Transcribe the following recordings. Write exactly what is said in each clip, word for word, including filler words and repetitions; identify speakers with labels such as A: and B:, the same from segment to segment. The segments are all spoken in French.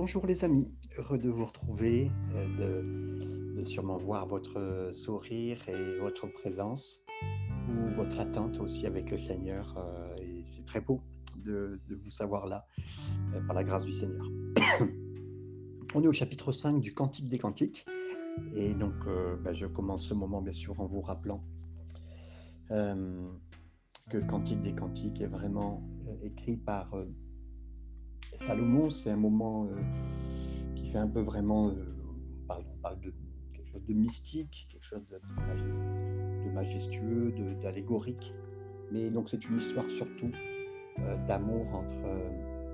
A: Bonjour les amis, heureux de vous retrouver, euh, de, de sûrement voir votre euh, sourire et votre présence ou votre attente aussi avec le Seigneur. euh, et c'est très beau de, de vous savoir là euh, par la grâce du Seigneur. On est au chapitre cinq du Cantique des Cantiques et donc euh, bah, je commence ce moment bien sûr en vous rappelant euh, que le Cantique des Cantiques est vraiment euh, écrit par euh, Salomon. C'est un moment euh, qui fait un peu vraiment, euh, on, parle, on parle de quelque chose de mystique, quelque chose de, de, majest- de majestueux, de- d'allégorique. Mais donc c'est une histoire surtout euh, d'amour entre euh,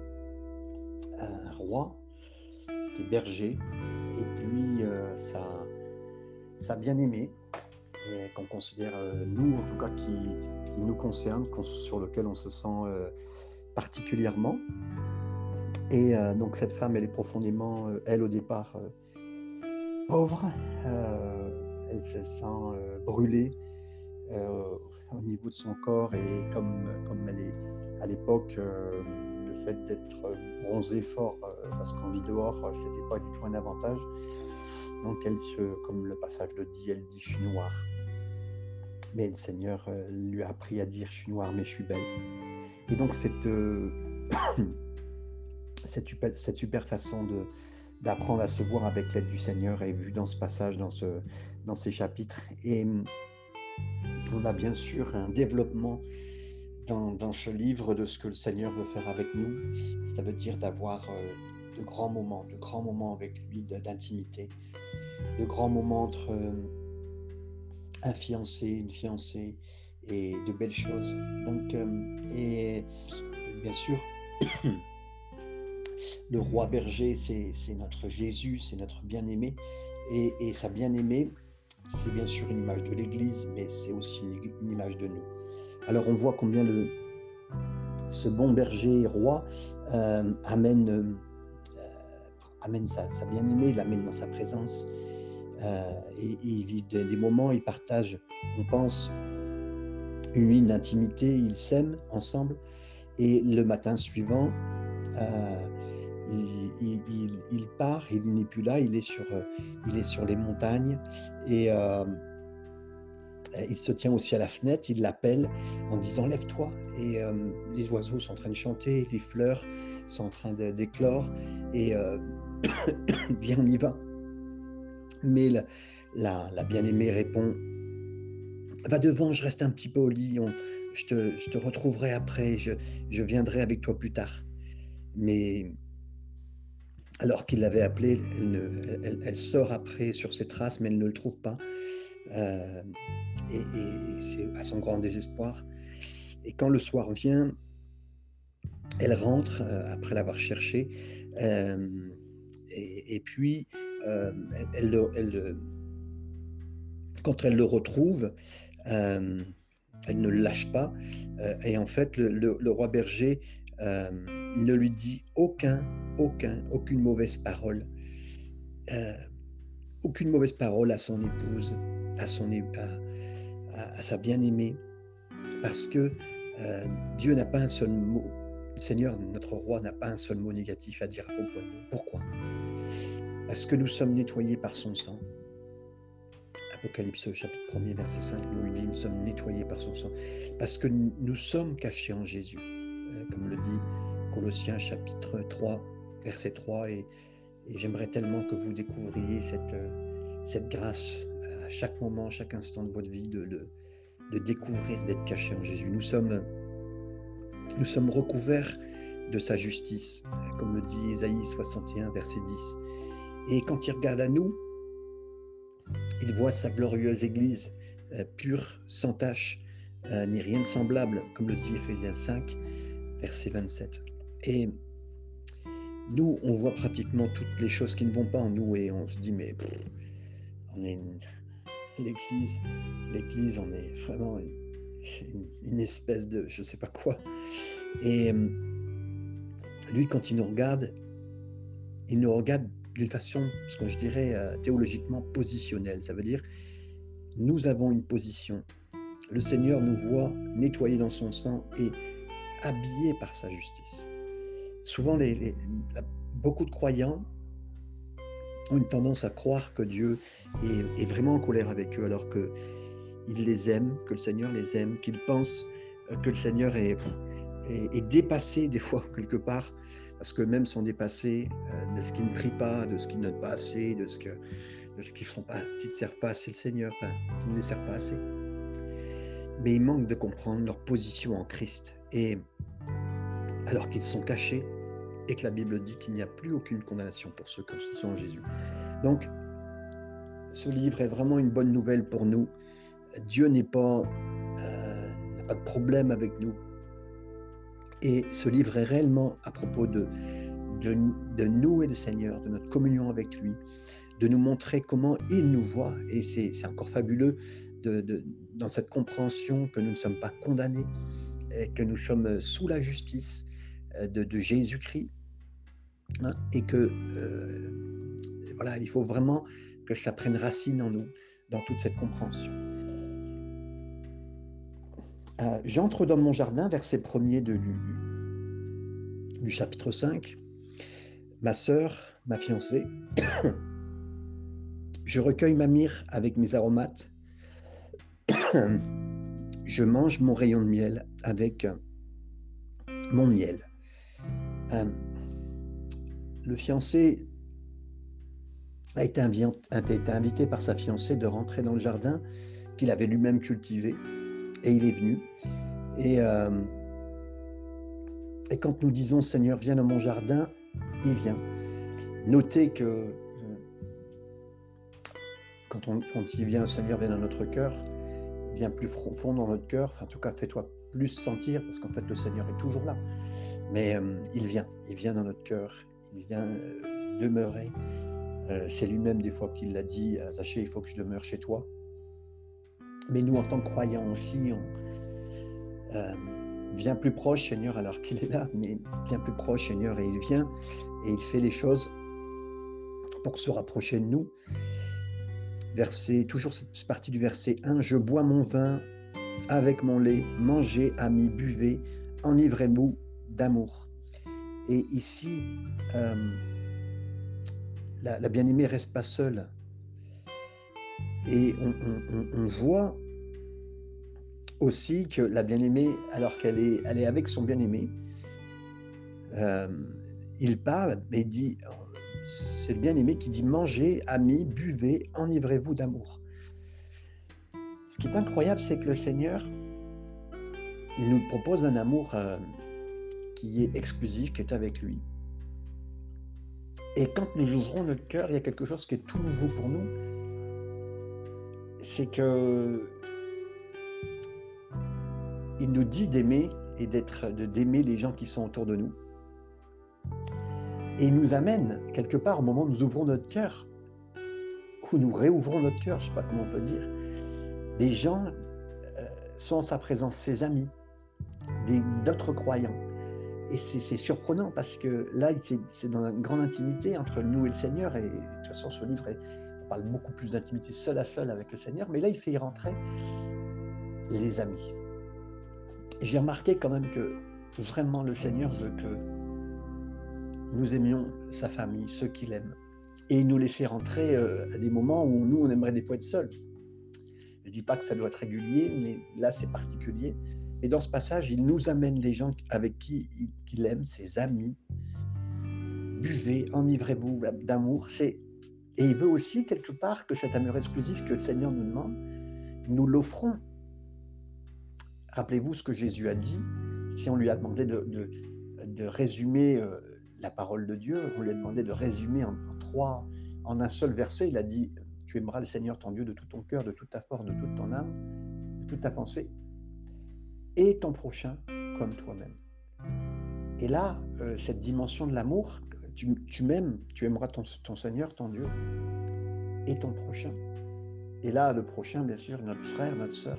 A: un roi qui est berger et puis euh, sa, sa bien-aimée, et qu'on considère, euh, nous en tout cas, qui, qui nous concerne, qu'on- sur lequel on se sent euh, particulièrement. Et euh, donc cette femme, elle est profondément, euh, elle au départ, euh, pauvre, euh, elle se sent euh, brûlée euh, au niveau de son corps, et comme, comme elle est à l'époque, euh, le fait d'être bronzé fort, euh, parce qu'on vit dehors, euh, c'était pas du tout un avantage. Donc elle se, comme le passage le dit, elle dit je suis noire. Mais le Seigneur euh, lui a appris à dire je suis noire mais je suis belle. Et donc cette, euh, cette, super, cette super façon de, d'apprendre à se voir avec l'aide du Seigneur est vue dans ce passage, dans, ce, dans ces chapitres. Et on a bien sûr un développement dans, dans ce livre de ce que le Seigneur veut faire avec nous. Ça veut dire d'avoir euh, de grands moments, de grands moments avec lui, d'intimité, de grands moments entre euh, un fiancé, une fiancée, et de belles choses. Donc, euh, et, et bien sûr, le roi berger, c'est, c'est notre Jésus, c'est notre bien-aimé, et, et sa bien-aimée, c'est bien sûr une image de l'Église, mais c'est aussi une, une image de nous. Alors on voit combien le, ce bon berger roi euh, amène, euh, amène sa, sa bien-aimée, l'amène dans sa présence, euh, et, et il vit des, des moments, il partage, on pense, une ligne d'intimité, ils s'aiment ensemble, et le matin suivant, euh, il, il, il, il part, il n'est plus là, il est sur, il est sur les montagnes, et euh, il se tient aussi à la fenêtre, il l'appelle en disant lève-toi, et euh, les oiseaux sont en train de chanter, les fleurs sont en train de, d'éclore, et euh, bien on y va. Mais la, la, la bien-aimée répond va devant, je reste un petit peu au lit, on, je, te, je te retrouverai après, je, je viendrai avec toi plus tard. Mais alors qu'il l'avait appelée, elle, ne, elle, elle, sort après sur ses traces, mais elle ne le trouve pas. Euh, et, et c'est à son grand désespoir. Et quand le soir vient, elle rentre euh, après l'avoir cherché. Euh, et, et puis, euh, elle, elle, elle, quand elle le retrouve, euh, elle ne le lâche pas. Euh, et en fait, le, le, le roi berger euh, ne lui dit aucun, aucun, aucune mauvaise parole. Euh, aucune mauvaise parole à son épouse, à, son, à, à, à sa bien-aimée, parce que euh, Dieu n'a pas un seul mot, le Seigneur, notre roi, n'a pas un seul mot négatif à dire à propos de nous. Pourquoi? Parce que nous sommes nettoyés par son sang. Apocalypse chapitre premier, verset cinq, nous dit, nous sommes nettoyés par son sang. Parce que nous, nous sommes cachés en Jésus, euh, comme le dit Colossiens chapitre trois, verset trois, et, et j'aimerais tellement que vous découvriez cette, euh, cette grâce à chaque moment, à chaque instant de votre vie, de, de, de découvrir d'être cachés en Jésus. Nous sommes, nous sommes recouverts de sa justice, comme le dit Ésaïe soixante et un, verset dix. Et quand il regarde à nous, il voit sa glorieuse Église, euh, pure, sans tache, euh, ni rien de semblable, comme le dit Éphésiens cinq, verset vingt-sept. Et nous, on voit pratiquement toutes les choses qui ne vont pas en nous, et on se dit, mais pff, on est une... l'Église, l'Église, on est vraiment une, une espèce de je ne sais pas quoi. Et lui, quand il nous regarde, il nous regarde d'une façon, ce que je dirais euh, théologiquement positionnelle. Ça veut dire, nous avons une position. Le Seigneur nous voit nettoyés dans son sang et habillés par sa justice. Souvent, les, les, la, beaucoup de croyants ont une tendance à croire que Dieu est, est vraiment en colère avec eux, alors qu'il les aime, que le Seigneur les aime, qu'ils pensent euh, que le Seigneur est, est, est dépassé des fois quelque part, parce qu'eux-mêmes sont dépassés euh, de ce qu'ils ne prient pas, de ce qu'ils n'ont pas assez, de ce que de ce qu'ils font pas, qu'ils ne servent pas assez le Seigneur, enfin, qu'ils ne les servent pas assez. Mais ils manquent de comprendre leur position en Christ, et alors qu'ils sont cachés, et que la Bible dit qu'il n'y a plus aucune condamnation pour ceux qui sont en Jésus. Donc, ce livre est vraiment une bonne nouvelle pour nous. Dieu n'est pas, euh, n'a pas de problème avec nous. Et ce livre est réellement à propos de, de, de nous et du Seigneur, de notre communion avec lui, de nous montrer comment il nous voit. Et c'est, c'est encore fabuleux de, de, dans cette compréhension que nous ne sommes pas condamnés, et que nous sommes sous la justice de, de Jésus-Christ. Hein, et que euh, voilà, il faut vraiment que ça prenne racine en nous, dans toute cette compréhension. Euh, J'entre dans mon jardin, verset premier de, du, du chapitre cinq. Ma sœur, ma fiancée, je recueille ma myrrhe avec mes aromates, je mange mon rayon de miel avec mon miel. Euh, le fiancé a été, invi- a été invité par sa fiancée de rentrer dans le jardin qu'il avait lui-même cultivé, et il est venu. Et, euh, et quand nous disons « Seigneur, viens dans mon jardin », il vient. Notez que euh, quand, on, quand il vient, Seigneur, vient dans notre cœur, vient plus profond dans notre cœur, enfin, en tout cas, fais-toi plus sentir, parce qu'en fait, le Seigneur est toujours là. Mais euh, il vient, il vient dans notre cœur, il vient euh, demeurer. Euh, c'est lui-même des fois qu'il l'a dit à Zachée, il faut que je demeure chez toi. Mais nous, en tant que croyants aussi, on euh, vient plus proche, Seigneur, alors qu'il est là, mais bien plus proche, Seigneur, et il vient, et il fait les choses pour se rapprocher de nous. Verset, toujours cette partie du verset un, « Je bois mon vin avec mon lait, mangez, amis, buvez, enivrez-vous d'amour. » Et ici, euh, la, la bien-aimée ne reste pas seule. Et on, on, on voit aussi que la bien-aimée, alors qu'elle est, elle est avec son bien-aimé, euh, il parle, mais il dit, c'est le bien-aimé qui dit « Mangez, amis, buvez, enivrez-vous d'amour. » Ce qui est incroyable, c'est que le Seigneur nous propose un amour euh, qui est exclusif, qui est avec lui. Et quand nous ouvrons notre cœur, il y a quelque chose qui est tout nouveau pour nous. C'est que il nous dit d'aimer et d'être, de, d'aimer les gens qui sont autour de nous. Et il nous amène quelque part au moment où nous ouvrons notre cœur, où nous réouvrons notre cœur, je ne sais pas comment on peut dire. Des gens euh, sont en sa présence, ses amis, des, d'autres croyants. Et c'est, c'est surprenant parce que là, c'est, c'est dans une grande intimité entre nous et le Seigneur. Et de toute façon, ce livre, est, on parle beaucoup plus d'intimité seul à seul avec le Seigneur. Mais là, il fait y rentrer les amis. Et j'ai remarqué quand même que vraiment le Seigneur veut que nous aimions sa famille, ceux qu'il aime. Et il nous les fait rentrer euh, à des moments où nous, on aimerait des fois être seuls. Je ne dis pas que ça doit être régulier, mais là, c'est particulier. Et dans ce passage, il nous amène les gens avec qui il aime, ses amis. Buvez, enivrez-vous d'amour. C'est... Et il veut aussi, quelque part, que cet amour exclusif que le Seigneur nous demande, nous l'offrons. Rappelez-vous ce que Jésus a dit. Si on lui a demandé de, de, de résumer euh, la parole de Dieu, on lui a demandé de résumer en, en trois, en un seul verset. Il a dit, tu aimeras le Seigneur ton Dieu de tout ton cœur, de toute ta force, de toute ton âme, de toute ta pensée, et ton prochain comme toi-même. Et là, euh, cette dimension de l'amour, tu, tu m'aimes, tu aimeras ton, ton Seigneur, ton Dieu, et ton prochain. Et là, le prochain, bien sûr, notre frère, notre sœur.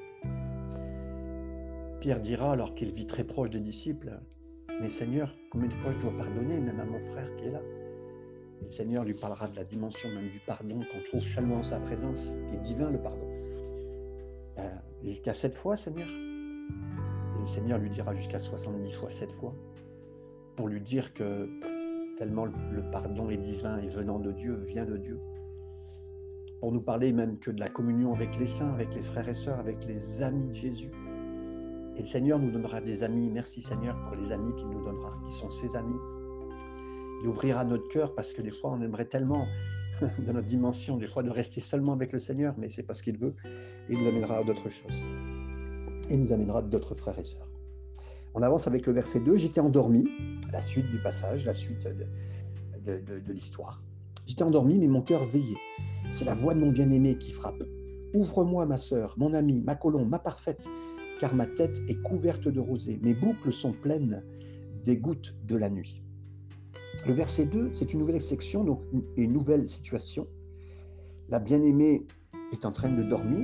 A: Pierre dira, alors qu'il vit très proche des disciples, « Mais Seigneur, combien de fois je dois pardonner, même à mon frère qui est là ?» Et le Seigneur lui parlera de la dimension même du pardon qu'on trouve seulement en sa présence, qui est divin, le pardon. Euh, jusqu'à sept fois, Seigneur. Et le Seigneur lui dira jusqu'à soixante-dix fois sept fois, pour lui dire que tellement le, le pardon est divin et venant de Dieu, vient de Dieu. Pour nous parler même que de la communion avec les saints, avec les frères et sœurs, avec les amis de Jésus. Et le Seigneur nous donnera des amis. Merci Seigneur pour les amis qu'il nous donnera, qui sont ses amis. Il ouvrira notre cœur parce que des fois on aimerait tellement, de notre dimension, des fois de rester seulement avec le Seigneur, mais c'est pas ce qu'il veut. Et il nous amènera à d'autres choses. Et il nous amènera d'autres frères et sœurs. On avance avec le verset deux. J'étais endormi, la suite du passage, la suite de, de, de, de l'histoire. J'étais endormi, mais mon cœur veillait. C'est la voix de mon bien-aimé qui frappe. Ouvre-moi, ma sœur, mon amie, ma colombe, ma parfaite, car ma tête est couverte de rosée. Mes boucles sont pleines des gouttes de la nuit. Le verset deux, c'est une nouvelle section, donc une nouvelle situation. La bien-aimée est en train de dormir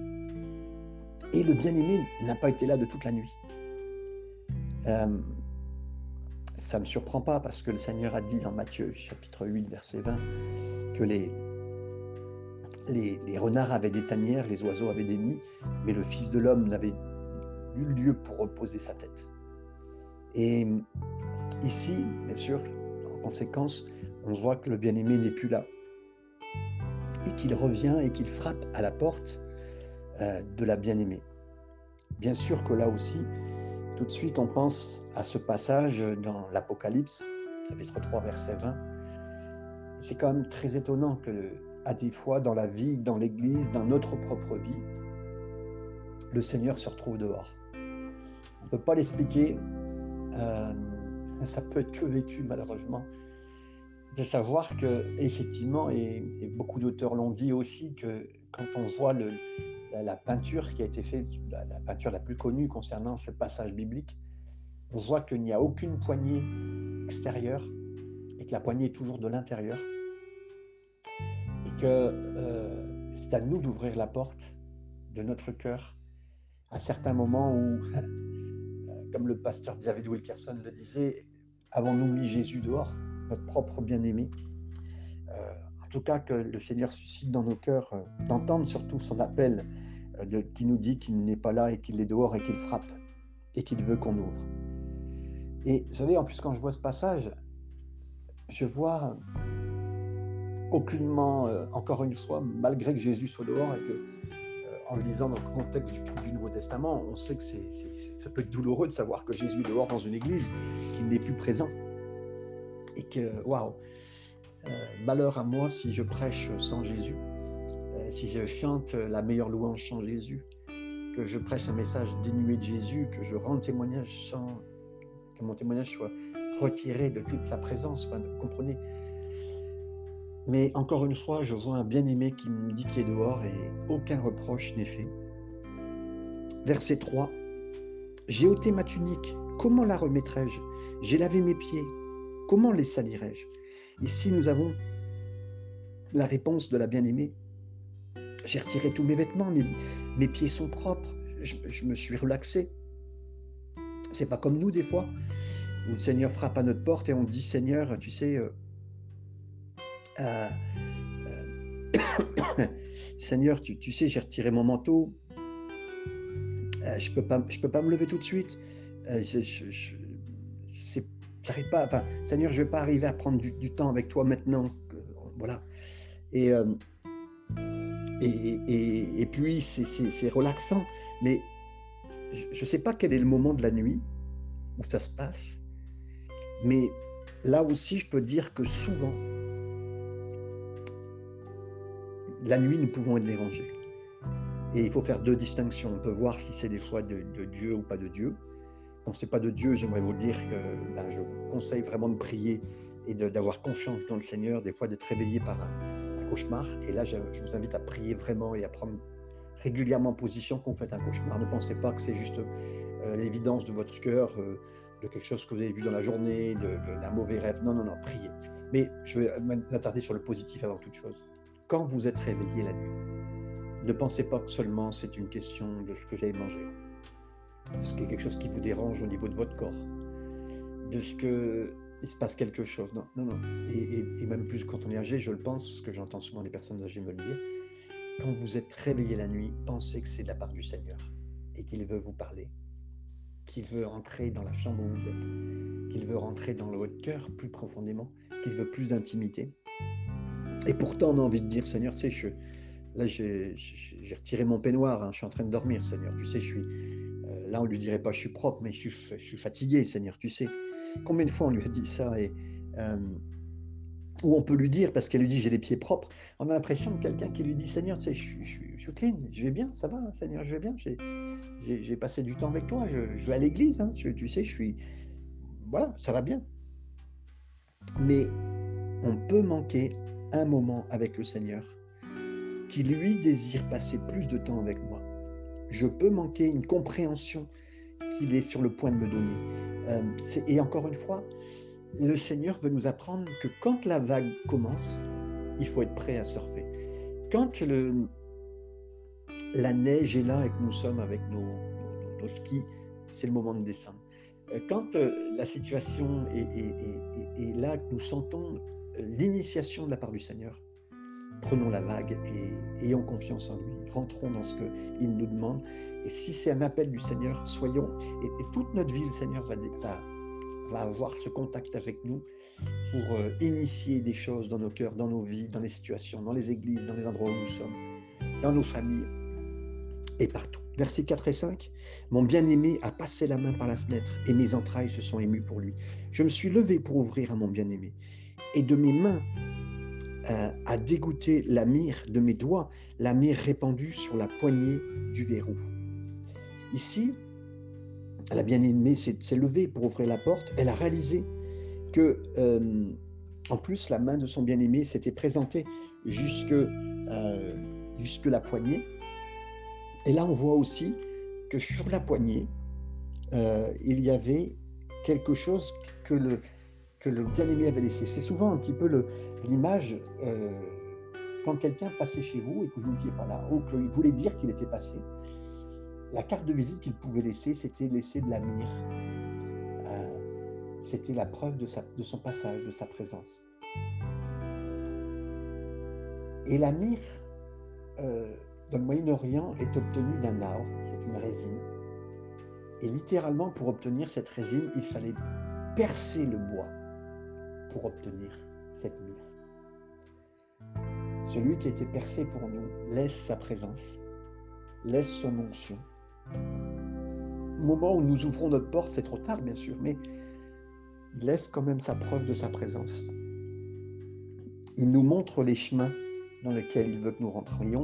A: et le bien-aimé n'a pas été là de toute la nuit. Euh, ça ne me surprend pas parce que le Seigneur a dit dans Matthieu chapitre huit, verset vingt, que les, les, les renards avaient des tanières, les oiseaux avaient des nids, mais le Fils de l'homme n'avait nul lieu pour reposer sa tête. Et ici, bien sûr, en conséquence, on voit que le bien-aimé n'est plus là et qu'il revient et qu'il frappe à la porte euh, de la bien-aimée. Bien sûr que là aussi, tout de suite, on pense à ce passage dans l'Apocalypse, chapitre trois, verset vingt. Et c'est quand même très étonnant que, à des fois, dans la vie, dans l'Église, dans notre propre vie, le Seigneur se retrouve dehors. On ne peut pas l'expliquer. Euh, ça peut être que vécu, malheureusement, de savoir que, effectivement, et, et beaucoup d'auteurs l'ont dit aussi, que quand on voit le, la, la peinture qui a été faite, la, la peinture la plus connue concernant ce passage biblique, on voit qu'il n'y a aucune poignée extérieure et que la poignée est toujours de l'intérieur. Et que euh, c'est à nous d'ouvrir la porte de notre cœur à certains moments où, comme le pasteur David Wilkerson le disait, avons-nous mis Jésus dehors, notre propre bien-aimé. Euh, en tout cas, que le Seigneur suscite dans nos cœurs euh, d'entendre surtout son appel euh, de, qui nous dit qu'il n'est pas là et qu'il est dehors et qu'il frappe et qu'il veut qu'on ouvre. Et vous savez, en plus, quand je vois ce passage, je vois aucunement, euh, encore une fois, malgré que Jésus soit dehors et que, euh, en le lisant dans le contexte du, du Nouveau Testament, on sait que c'est, c'est, ça peut être douloureux de savoir que Jésus est dehors dans une église, qu'il n'est plus présent. Et que, waouh, euh, malheur à moi si je prêche sans Jésus, euh, si je chante la meilleure louange sans Jésus, que je prêche un message dénué de Jésus, que je rende témoignage sans, que mon témoignage soit retiré de toute sa présence, enfin, vous comprenez. Mais encore une fois, je vois un bien-aimé qui me dit qu'il est dehors et aucun reproche n'est fait. Verset trois. J'ai ôté ma tunique, comment la remettrai-je? J'ai lavé mes pieds, comment les salirai-je? Ici, nous avons la réponse de la bien-aimée. J'ai retiré tous mes vêtements, mes, mes pieds sont propres, je, je me suis relaxé. C'est pas comme nous des fois, où le Seigneur frappe à notre porte et on dit, Seigneur, tu sais, euh, euh, euh, Seigneur, tu, tu sais, j'ai retiré mon manteau, euh, je peux pas, je peux pas me lever tout de suite. Euh, je, je, je, c'est, j'arrive pas. Enfin, Seigneur, je vais pas arriver à prendre du, du temps avec toi maintenant. Euh, voilà. Et, euh, et, et, et puis c'est, c'est, c'est relaxant, mais je ne sais pas quel est le moment de la nuit où ça se passe, mais là aussi, je peux dire que souvent, la nuit, nous pouvons être dérangés. Et il faut faire deux distinctions. On peut voir si c'est des fois de, de Dieu ou pas de Dieu. Quand ce n'est pas de Dieu, j'aimerais vous dire que ben, je vous conseille vraiment de prier et de, d'avoir confiance dans le Seigneur, des fois d'être réveillé par un, un cauchemar. Et là, je, je vous invite à prier vraiment et à prendre régulièrement position quand vous faites un cauchemar. Ne pensez pas que c'est juste euh, l'évidence de votre cœur, euh, de quelque chose que vous avez vu dans la journée, de, de, d'un mauvais rêve. Non, non, non, priez. Mais je vais m'attarder sur le positif avant toute chose. Quand vous êtes réveillé la nuit, ne pensez pas que seulement c'est une question de ce que vous avez mangé, de ce qu'il y a quelque chose qui vous dérange au niveau de votre corps, de ce qu'il se passe quelque chose. Non, non, non. Et, et, et même plus quand on est âgé, je le pense, parce que j'entends souvent des personnes âgées me le dire. Quand vous êtes réveillé la nuit, pensez que c'est de la part du Seigneur et qu'il veut vous parler. qu'il veut entrer dans la chambre où vous êtes, qu'il veut rentrer dans votre cœur plus profondément, qu'il veut plus d'intimité. Et pourtant, on a envie de dire, Seigneur, tu sais, je, là, j'ai, j'ai, j'ai retiré mon peignoir, hein, je suis en train de dormir, Seigneur. Tu sais, je suis, euh, là, on lui dirait pas, je suis propre, mais je suis, je suis fatigué, Seigneur, tu sais. Combien de fois on lui a dit ça et, euh, ou on peut lui dire, parce qu'elle lui dit, j'ai les pieds propres, on a l'impression de quelqu'un qui lui dit, Seigneur, tu sais, je, je, je, je suis clean, je vais bien, ça va, hein, Seigneur, je vais bien, j'ai, j'ai, j'ai passé du temps avec toi, je, je vais à l'église, hein, tu, tu sais, je suis, voilà, ça va bien. Mais on peut manquer un moment avec le Seigneur qui, lui, désire passer plus de temps avec moi. Je peux manquer une compréhension qu'il est sur le point de me donner. Euh, c'est, et encore une fois, le Seigneur veut nous apprendre que quand la vague commence, il faut être prêt à surfer. Quand le, la neige est là et que nous sommes avec nos, nos, nos skis, c'est le moment de descendre. Quand euh, la situation est, est, est, est là, que nous sentons l'initiation de la part du Seigneur, prenons la vague et ayons confiance en lui. Rentrons dans ce qu'il nous demande. Et si c'est un appel du Seigneur, soyons... Et, et toute notre vie, le Seigneur va, va, va avoir ce contact avec nous pour euh, initier des choses dans nos cœurs, dans nos vies, dans les situations, dans les églises, dans les endroits où nous sommes, dans nos familles et partout. Versets quatre et cinq. Mon bien-aimé a passé la main par la fenêtre et mes entrailles se sont émues pour lui. Je me suis levé pour ouvrir à mon bien-aimé et de mes mains euh, a dégoûté la myrrhe de mes doigts, la myrrhe répandue sur la poignée du verrou. Ici, la bien-aimée s'est, s'est levée pour ouvrir la porte. Elle a réalisé que, euh, en plus, la main de son bien-aimé s'était présentée jusque, euh, jusque la poignée. Et là, on voit aussi que sur la poignée, euh, il y avait quelque chose que le, que le bien-aimé avait laissé. C'est souvent un petit peu le, l'image euh, quand quelqu'un passait chez vous et que vous n'étiez pas là, ou qu'il voulait dire qu'il était passé. La carte de visite qu'il pouvait laisser, c'était laisser de la myrrhe. Euh, c'était la preuve de, sa, de son passage, de sa présence. Et la myrrhe, euh, dans le Moyen-Orient, est obtenue d'un arbre, c'est une résine. Et littéralement, pour obtenir cette résine, il fallait percer le bois pour obtenir cette myrrhe. Celui qui a été percé pour nous laisse sa présence, laisse son onction. Au moment où nous ouvrons notre porte, c'est trop tard bien sûr, mais il laisse quand même sa preuve de sa présence. Il nous montre les chemins dans lesquels il veut que nous rentrions.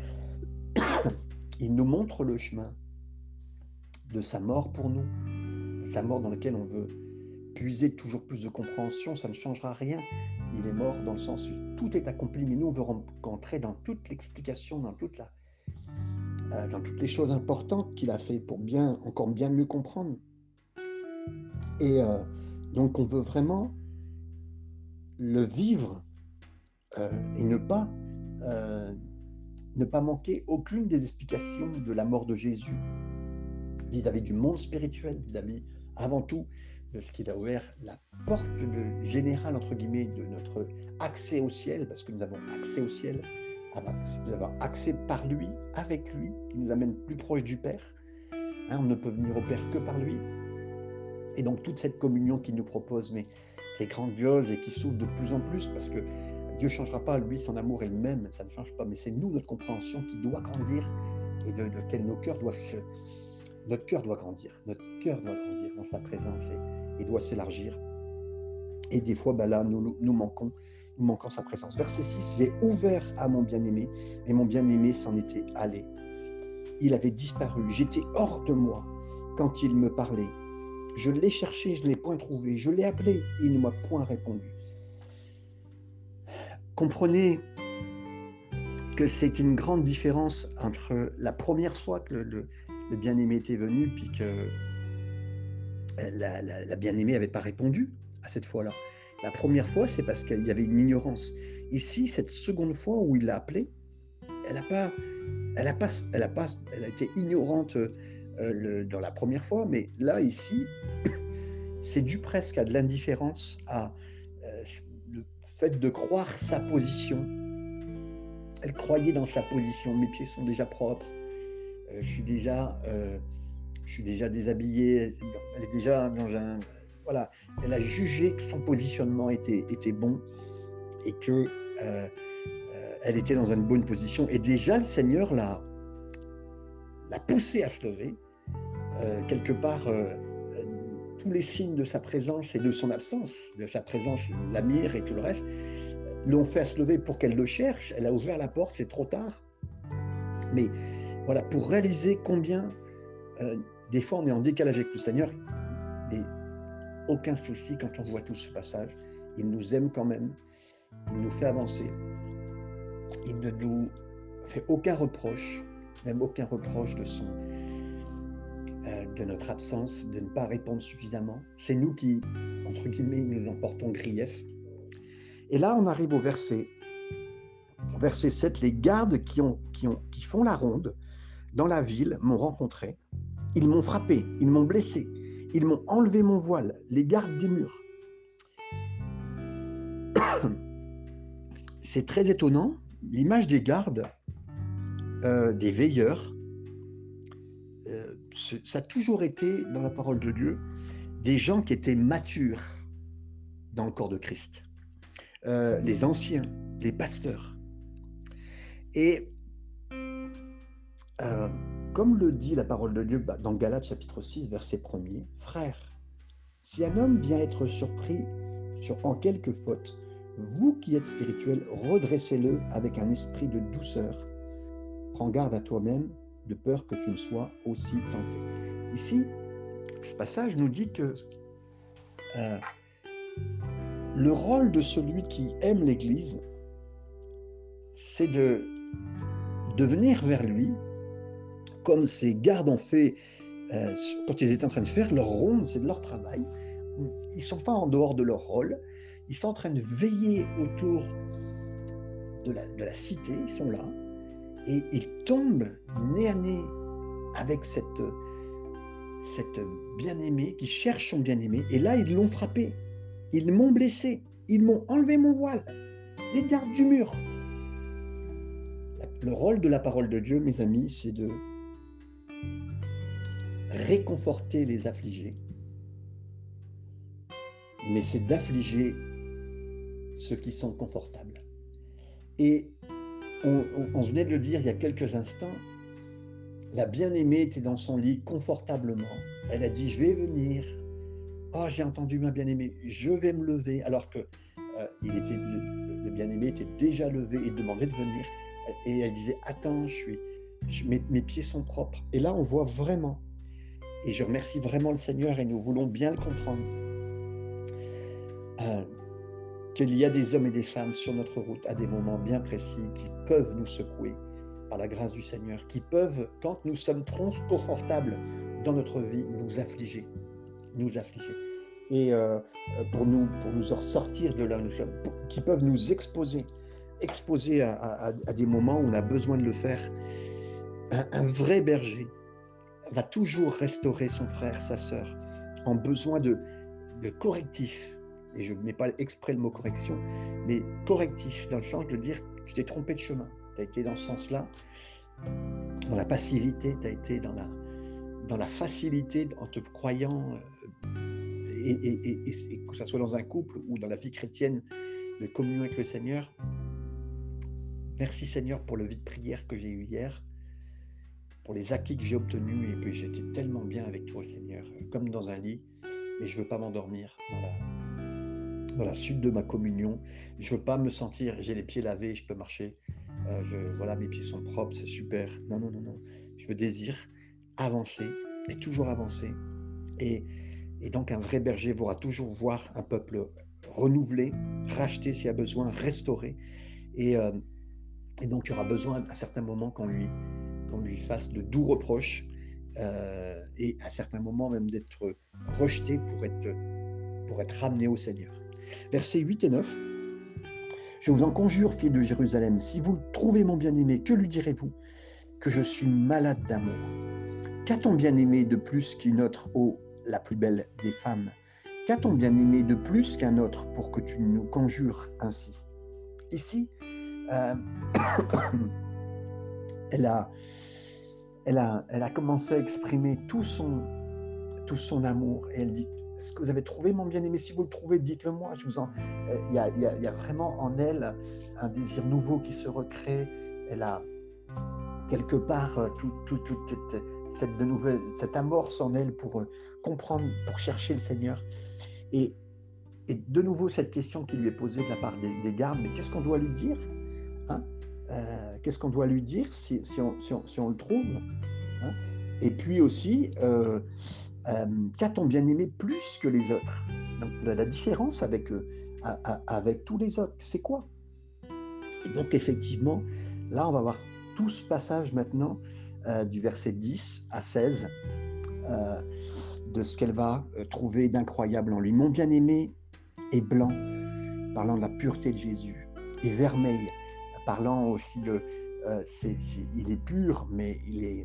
A: Il nous montre le chemin de sa mort pour nous, sa mort dans laquelle on veut puiser toujours plus de compréhension, ça ne changera rien. Il est mort dans le sens où tout est accompli, mais nous on veut rentrer dans toute l'explication, dans, toute la, euh, dans toutes les choses importantes qu'il a fait pour bien, encore bien mieux comprendre. Et euh, donc on veut vraiment le vivre euh, et ne pas, euh, ne pas manquer aucune des explications de la mort de Jésus vis-à-vis du monde spirituel, vis-à-vis avant tout de ce qu'il a ouvert la porte de, générale, entre guillemets, de notre accès au ciel, parce que nous avons accès au ciel, nous avons accès par lui, avec lui, qui nous amène plus proche du Père. Hein, on ne peut venir au Père que par lui. Et donc toute cette communion qu'il nous propose, mais qui est grandiose et qui s'ouvre de plus en plus, parce que Dieu ne changera pas, lui, son amour est le même, ça ne change pas, mais c'est nous, notre compréhension, qui doit grandir et de, de laquelle nos cœurs doivent se... Notre cœur doit grandir, notre cœur doit grandir dans sa présence et, et doit s'élargir. Et des fois, ben là, nous, nous, manquons, nous manquons sa présence. Verset six, j'ai ouvert à mon bien-aimé, et mon bien-aimé s'en était allé. Il avait disparu, j'étais hors de moi quand il me parlait. Je l'ai cherché, je ne l'ai point trouvé, je l'ai appelé, il ne m'a point répondu. Comprenez que c'est une grande différence entre la première fois que le, le le bien-aimé était venu, puis que la, la, la bien-aimée n'avait pas répondu à cette fois-là. La première fois, c'est parce qu'il y avait une ignorance. Ici, cette seconde fois où il l'a appelée, elle a pas, elle a pas, elle a pas, elle a été ignorante euh, le, dans la première fois, mais là, ici, c'est dû presque à de l'indifférence, à euh, le fait de croire sa position. Elle croyait dans sa position. Mes pieds sont déjà propres. Euh, je suis déjà, euh, je suis déjà déshabillé, elle est déjà dans un... Voilà, elle a jugé que son positionnement était, était bon et que euh, euh, elle était dans une bonne position. Et déjà, le Seigneur l'a, l'a poussée à se lever. Euh, quelque part, euh, euh, tous les signes de sa présence et de son absence, de sa présence, la mire et tout le reste, l'ont fait à se lever pour qu'elle le cherche. Elle a ouvert la porte, c'est trop tard. Mais voilà, pour réaliser combien, euh, des fois, on est en décalage avec le Seigneur, mais aucun souci quand on voit tout ce passage. Il nous aime quand même, il nous fait avancer, il ne nous fait aucun reproche, même aucun reproche de son, euh, de notre absence, de ne pas répondre suffisamment. C'est nous qui, entre guillemets, nous en portons grief. Et là, on arrive au verset, au verset sept, les gardes qui, ont, qui, ont, qui font la ronde dans la ville m'ont rencontré, ils m'ont frappé, ils m'ont blessé, ils m'ont enlevé mon voile, les gardes des murs. C'est très étonnant, l'image des gardes, euh, des veilleurs, euh, ça a toujours été, dans la parole de Dieu, des gens qui étaient matures dans le corps de Christ. Euh, les anciens, les pasteurs. Et euh, comme le dit la parole de Dieu bah, dans Galates chapitre six, verset premier, « Frères, si un homme vient être surpris sur, en quelque faute, vous qui êtes spirituels, redressez-le avec un esprit de douceur. Prends garde à toi-même, de peur que tu ne sois aussi tenté. » Ici, ce passage nous dit que euh, le rôle de celui qui aime l'Église, c'est de, de venir vers lui, comme ces gardes ont fait euh, quand ils étaient en train de faire leur ronde, c'est de leur travail. Ils ne sont pas en dehors de leur rôle, ils sont en train de veiller autour de la, de la cité, ils sont là, et ils tombent nez à nez avec cette, cette bien-aimée qui cherche son bien-aimé, et là ils l'ont frappé, ils m'ont blessé, ils m'ont enlevé mon voile, les gardes du mur. Le rôle de la parole de Dieu, mes amis, c'est de réconforter les affligés, mais c'est d'affliger ceux qui sont confortables. Et on, on, on venait de le dire il y a quelques instants, la bien-aimée était dans son lit confortablement. Elle a dit, je vais venir. Oh, j'ai entendu ma bien-aimée, je vais me lever. Alors que euh, il était, le, le bien-aimé était déjà levé et demandait de venir. Et elle disait, attends, je suis, je, mes, mes pieds sont propres. Et là, on voit vraiment, et je remercie vraiment le Seigneur, et nous voulons bien le comprendre, euh, qu'il y a des hommes et des femmes sur notre route à des moments bien précis qui peuvent nous secouer par la grâce du Seigneur, qui peuvent, quand nous sommes trop confortables dans notre vie, nous affliger, nous affliger. Et euh, pour, nous, pour nous sortir de là où nous sommes, qui peuvent nous exposer, exposer à, à, à des moments où on a besoin de le faire. Un, un vrai berger va toujours restaurer son frère, sa sœur, en besoin de, de correctif. Et je ne mets pas exprès le mot correction, mais correctif, dans le sens de dire tu t'es trompé de chemin. Tu as été dans ce sens-là, dans la passivité, tu as été dans la, dans la facilité en te croyant, euh, et, et, et, et, et que ce soit dans un couple ou dans la vie chrétienne, de communion avec le Seigneur. Merci Seigneur pour le vie de prière que j'ai eu hier, pour les acquis que j'ai obtenus, et puis j'étais tellement bien avec toi Seigneur, comme dans un lit, mais je ne veux pas m'endormir dans la dans la suite de ma communion. Je ne veux pas me sentir, j'ai les pieds lavés, je peux marcher, euh, je, voilà, mes pieds sont propres, c'est super. Non, non, non, non. Je veux désir avancer et toujours avancer. Et, et donc un vrai berger pourra toujours voir un peuple renouvelé, racheté s'il y a besoin, restauré. Et, euh, et donc il y aura besoin à certains moments qu'on lui, qu'on lui fasse de doux reproches, euh, et à certains moments même d'être rejeté pour être, pour être ramené au Seigneur. Versets huit et neuf. Je vous en conjure, filles de Jérusalem, si vous trouvez mon bien-aimé, que lui direz-vous? Que je suis malade d'amour. Qu'a ton bien-aimé de plus qu'une autre, ô la plus belle des femmes? Qu'a ton bien-aimé de plus qu'un autre pour que tu nous conjures ainsi? Ici, euh, elle a, elle a, elle a commencé à exprimer tout son, tout son amour. Et elle dit, est-ce que vous avez trouvé mon bien-aimé? Si vous le trouvez, dites-le moi. Je vous en... il, y a, il, y a, il y a vraiment en elle un désir nouveau qui se recrée. Elle a quelque part toute tout, tout, cette, cette, de nouvelle, cette amorce en elle pour comprendre, pour chercher le Seigneur. Et, et de nouveau, cette question qui lui est posée de la part des, des gardes, mais qu'est-ce qu'on doit lui dire, hein? euh, Qu'est-ce qu'on doit lui dire si, si, on, si, on, si on le trouve, hein? Et puis aussi, euh, euh, qu'a ton bien-aimé plus que les autres? Donc la, la différence avec, euh, à, à, avec tous les autres, c'est quoi? Et donc effectivement, là on va voir tout ce passage maintenant, euh, du verset dix à seize, euh, de ce qu'elle va trouver d'incroyable en lui. Mon bien-aimé est blanc, parlant de la pureté de Jésus, et vermeil, parlant aussi de... Euh, c'est, c'est, il est pur, mais il est,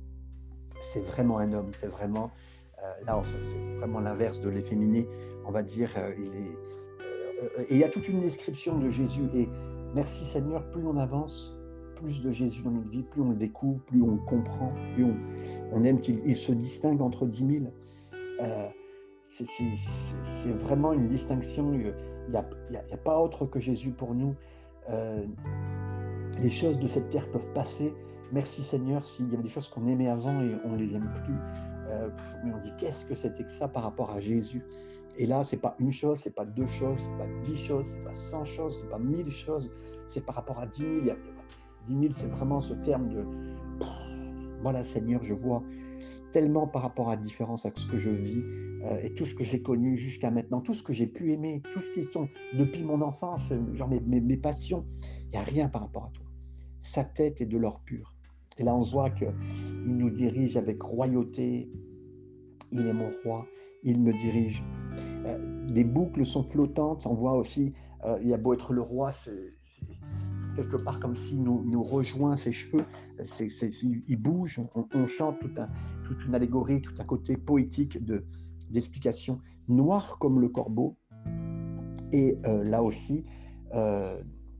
A: c'est vraiment un homme, c'est vraiment... Euh, là, c'est vraiment l'inverse de l'efféminé, on va dire. Euh, il est, euh, et il y a toute une description de Jésus. Et merci Seigneur, plus on avance, plus de Jésus dans notre vie, plus on le découvre, plus on le comprend, plus on, on aime qu'il il se distingue entre dix mille. Euh, c'est, c'est, c'est, c'est vraiment une distinction. Il n'y a, a, a pas autre que Jésus pour nous. Euh, les choses de cette terre peuvent passer. Merci Seigneur, s'il y avait des choses qu'on aimait avant et on ne les aime plus. Euh, mais on dit, qu'est-ce que c'était que ça par rapport à Jésus? Et là, c'est pas une chose, c'est pas deux choses, c'est pas dix choses, c'est pas cent choses, c'est pas mille choses, c'est par rapport à dix mille. Dix mille, c'est vraiment ce terme de... Voilà Seigneur, je vois tellement par rapport à la différence avec ce que je vis euh, et tout ce que j'ai connu jusqu'à maintenant, tout ce que j'ai pu aimer, tout ce qui sont depuis mon enfance, genre mes, mes, mes passions, il n'y a rien par rapport à toi. Sa tête est de l'or pur. Et là, on voit qu'il nous dirige avec royauté. Il est mon roi, il me dirige. Euh, des boucles sont flottantes. On voit aussi, euh, il a beau être le roi, c'est, c'est quelque part comme s'il nous, nous rejoint ses cheveux. C'est, c'est, il bouge, on, on chante tout un, toute une allégorie, tout un côté poétique de, d'explication. Noir comme le corbeau. Et euh, là aussi, euh,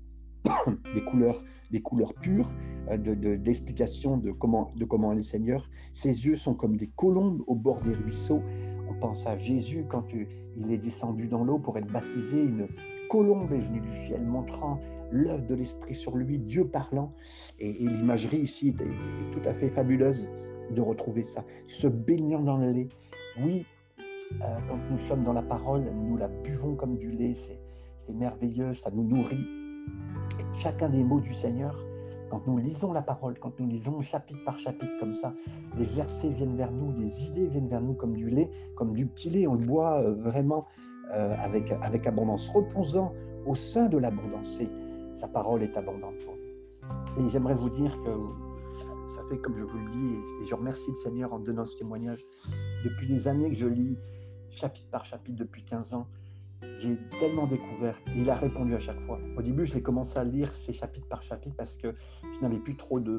A: des couleurs, des couleurs pures, euh, de, de, d'explication de comment, de comment est le Seigneur. Ses yeux sont comme des colombes au bord des ruisseaux. On pense à Jésus quand il est descendu dans l'eau pour être baptisé. Une colombe est venue du ciel montrant l'œuvre de l'Esprit sur lui, Dieu parlant. Et, et l'imagerie ici est, est tout à fait fabuleuse de retrouver ça. Se baignant dans le lait. Oui, euh, quand nous sommes dans la parole, nous la buvons comme du lait. C'est, c'est merveilleux, ça nous nourrit. Et chacun des mots du Seigneur, quand nous lisons la parole, quand nous lisons chapitre par chapitre comme ça, les versets viennent vers nous, les idées viennent vers nous comme du lait, comme du petit lait, on le boit euh, vraiment euh, avec, avec abondance, reposant au sein de l'abondance. Et sa parole est abondante pour nous. Et j'aimerais vous dire que ça fait comme je vous le dis, et je remercie le Seigneur en donnant ce témoignage. Depuis des années que je lis chapitre par chapitre, depuis quinze ans, j'ai tellement découvert, et il a répondu à chaque fois. Au début, je l'ai commencé à lire ces chapitre par chapitre parce que je n'avais plus trop de,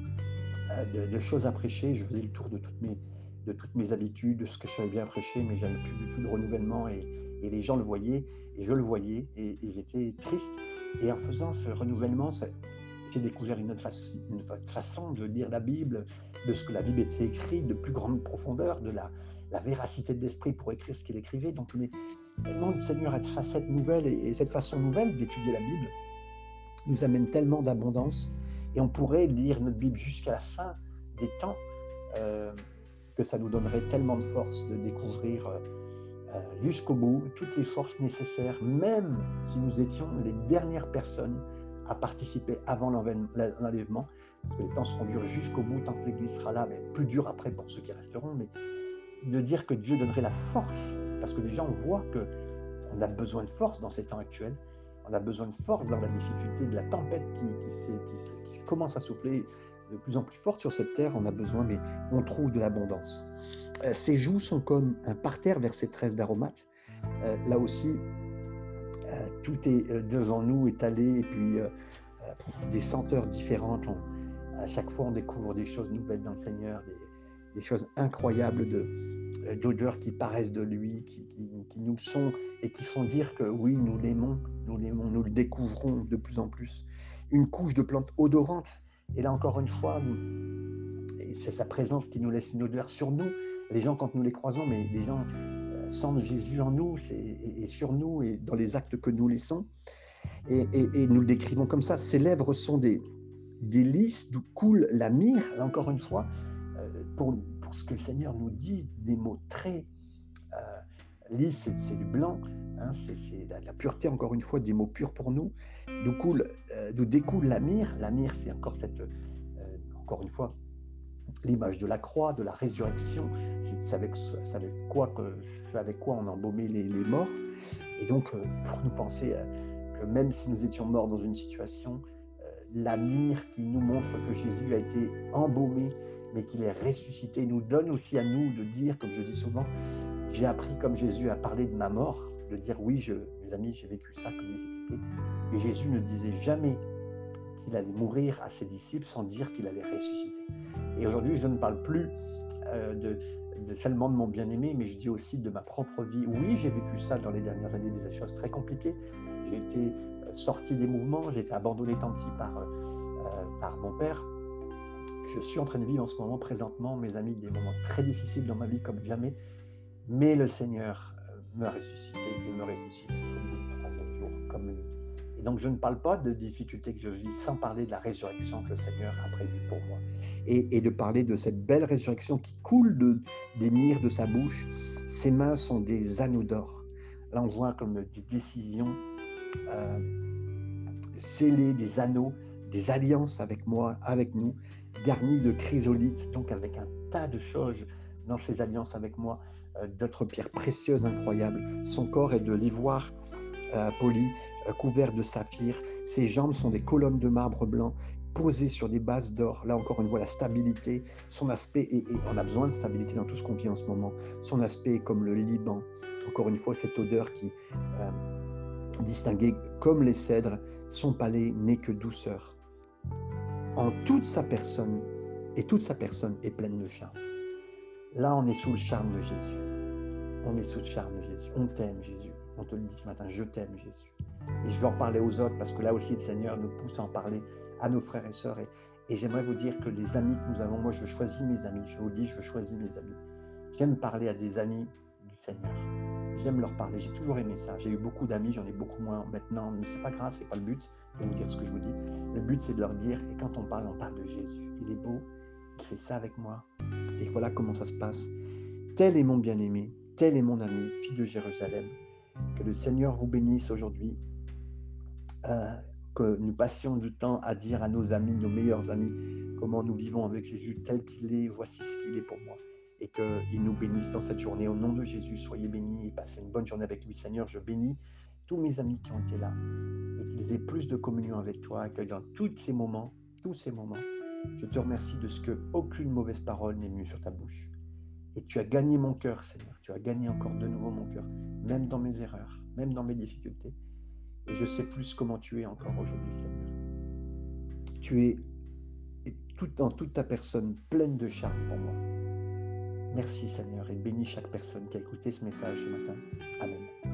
A: de, de choses à prêcher. Je faisais le tour de toutes mes, de toutes mes habitudes, de ce que je savais bien prêcher, mais j'avais plus du tout de renouvellement et, et les gens le voyaient et je le voyais et, et j'étais triste. Et en faisant ce renouvellement, ça, j'ai découvert une autre, façon, une autre façon de lire la Bible, de ce que la Bible était écrite, de plus grande profondeur, de la, la véracité de l'esprit pour écrire ce qu'il écrivait. Donc, mais tellement le Seigneur a de facettes nouvelles et, et cette façon nouvelle d'étudier la Bible nous amène tellement d'abondance et on pourrait lire notre Bible jusqu'à la fin des temps euh, que ça nous donnerait tellement de force de découvrir euh, jusqu'au bout toutes les forces nécessaires, même si nous étions les dernières personnes à participer avant l'enlèvement, parce que les temps seront durs jusqu'au bout tant que l'Église sera là, mais plus dur après pour ceux qui resteront, mais de dire que Dieu donnerait la force, parce que déjà on voit qu'on a besoin de force dans ces temps actuels, on a besoin de force dans la difficulté de la tempête qui, qui, qui, qui commence à souffler de plus en plus forte sur cette terre, on a besoin, mais on trouve de l'abondance. Euh, ses joues sont comme un parterre, verset treize d'aromates. Euh, là aussi, euh, tout est euh, devant nous, étalé, et puis euh, euh, des senteurs différentes. On, à chaque fois, on découvre des choses nouvelles dans le Seigneur, des, des choses incroyables de, euh, d'odeurs qui paraissent de lui, qui, qui, qui nous sont et qui font dire que oui, nous l'aimons, nous l'aimons, nous le découvrons de plus en plus. Une couche de plantes odorantes. Et là, encore une fois, c'est sa présence qui nous laisse une odeur sur nous. Les gens, quand nous les croisons, mais les gens euh, sentent Jésus en nous c'est- et, et sur nous et dans les actes que nous laissons. Et, et- et nous le décrivons comme ça. Ses lèvres sont des, des lys d'où coule la myrrhe, là encore une fois, euh, pour, pour ce que le Seigneur nous dit, des mots très euh, lys, c'est, c'est du blanc, hein, c'est, c'est la, la pureté, encore une fois, des mots purs pour nous, d'où, coule, euh, d'où découle la myrrhe. La myrrhe, c'est encore cette, euh, encore une fois, l'image de la croix, de la résurrection. C'est, c'est, avec, c'est, avec, quoi que, c'est avec quoi on embaumait les, les morts. Et donc, euh, pour nous penser euh, que même si nous étions morts dans une situation, euh, la myrrhe qui nous montre que Jésus a été embaumé, mais qu'il est ressuscité, nous donne aussi à nous de dire, comme je dis souvent, j'ai appris comme Jésus à parler de ma mort, de dire oui, je, mes amis, j'ai vécu ça comme difficulté. Et Jésus ne disait jamais qu'il allait mourir à ses disciples sans dire qu'il allait ressusciter. Et aujourd'hui, je ne parle plus euh, de, de seulement de mon bien-aimé, mais je dis aussi de ma propre vie. Oui, j'ai vécu ça dans les dernières années, des choses très compliquées. J'ai été euh, sorti des mouvements, j'ai été abandonné tant petit par, euh, par mon père. Je suis en train de vivre en ce moment, présentement, mes amis, des moments très difficiles dans ma vie comme jamais. Mais le Seigneur me ressuscite et me ressuscite comme le troisième jour, comme lui. Et donc je ne parle pas de difficultés que je vis sans parler de la résurrection que le Seigneur a prévue pour moi. Et, et de parler de cette belle résurrection qui coule de, des myrrhes de sa bouche. Ses mains sont des anneaux d'or. Là on voit comme des décisions euh, scellées, des anneaux, des alliances avec moi, avec nous, garnies de chrysolites, donc avec un tas de choses dans ces alliances avec moi, euh, d'autres pierres précieuses incroyables. Son corps est de l'ivoire euh, poli, euh, couvert de saphir. Ses jambes sont des colonnes de marbre blanc posées sur des bases d'or. Là encore une fois, la stabilité, son aspect, et, et on a besoin de stabilité dans tout ce qu'on vit en ce moment. Son aspect est comme le Liban. Encore une fois, cette odeur qui euh, distinguée comme les cèdres, son palais n'est que douceur. En toute sa personne, et toute sa personne est pleine de charme. Là, on est sous le charme de Jésus. On est sous le charme de Jésus. On t'aime, Jésus. On te le dit ce matin, je t'aime, Jésus. Et je veux en parler aux autres parce que là aussi, le Seigneur nous pousse à en parler à nos frères et sœurs. Et, et j'aimerais vous dire que les amis que nous avons, moi, je choisis mes amis. Je vous dis, je choisis mes amis. J'aime parler à des amis du Seigneur. J'aime leur parler. J'ai toujours aimé ça. J'ai eu beaucoup d'amis, j'en ai beaucoup moins maintenant, mais c'est pas grave, c'est pas le but de vous dire ce que je vous dis. Le but, c'est de leur dire, et quand on parle, on parle de Jésus. Il est beau, il fait ça avec moi. Et voilà comment ça se passe. Tel est mon bien-aimé, tel est mon ami, fille de Jérusalem. Que le Seigneur vous bénisse aujourd'hui. Euh, que nous passions du temps à dire à nos amis, nos meilleurs amis, comment nous vivons avec Jésus tel qu'il est, voici ce qu'il est pour moi. Et qu'il nous bénisse dans cette journée. Au nom de Jésus, soyez bénis et passez une bonne journée avec lui. Seigneur, je bénis tous mes amis qui ont été là et qu'ils aient plus de communion avec toi, et que dans tous ces moments, tous ces moments, je te remercie de ce qu'aucune mauvaise parole n'est venue sur ta bouche. Et tu as gagné mon cœur, Seigneur. Tu as gagné encore de nouveau mon cœur, même dans mes erreurs, même dans mes difficultés. Et je sais plus comment tu es encore aujourd'hui, Seigneur. Tu es tout, dans toute ta personne pleine de charme pour moi. Merci, Seigneur, et bénis chaque personne qui a écouté ce message ce matin. Amen.